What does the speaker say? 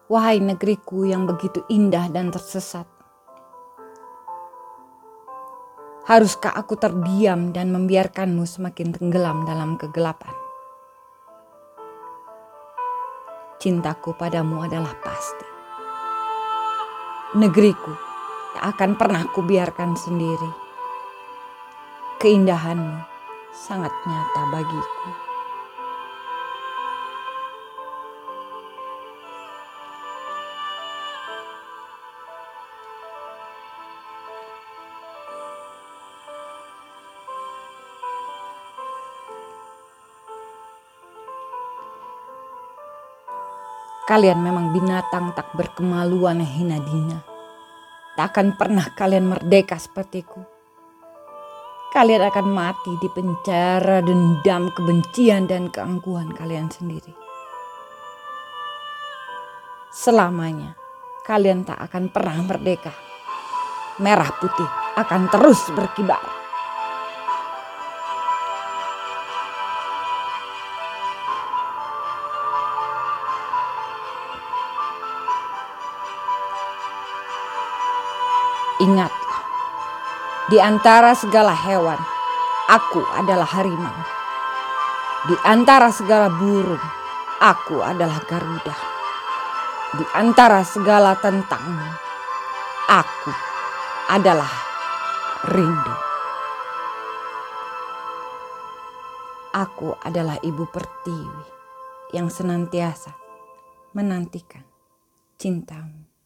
Wahai negeriku yang begitu indah dan tersesat. Haruskah aku terdiam dan membiarkanmu semakin tenggelam dalam kegelapan? Cintaku padamu adalah pasti. Negeriku tak akan pernah kubiarkan sendiri. Keindahanmu sangat nyata bagiku. Kalian memang binatang tak berkemaluan yang hina dina. Tak akan pernah kalian merdeka sepertiku. Kalian akan mati di penjara dendam, kebencian dan keangkuhan kalian sendiri. Selamanya kalian tak akan pernah merdeka. Merah putih akan terus berkibar. Ingatlah, di antara segala hewan, aku adalah harimau. Di antara segala burung, aku adalah Garuda. Di antara segala tentangmu, aku adalah rindu. Aku adalah ibu pertiwi yang senantiasa menantikan cintamu.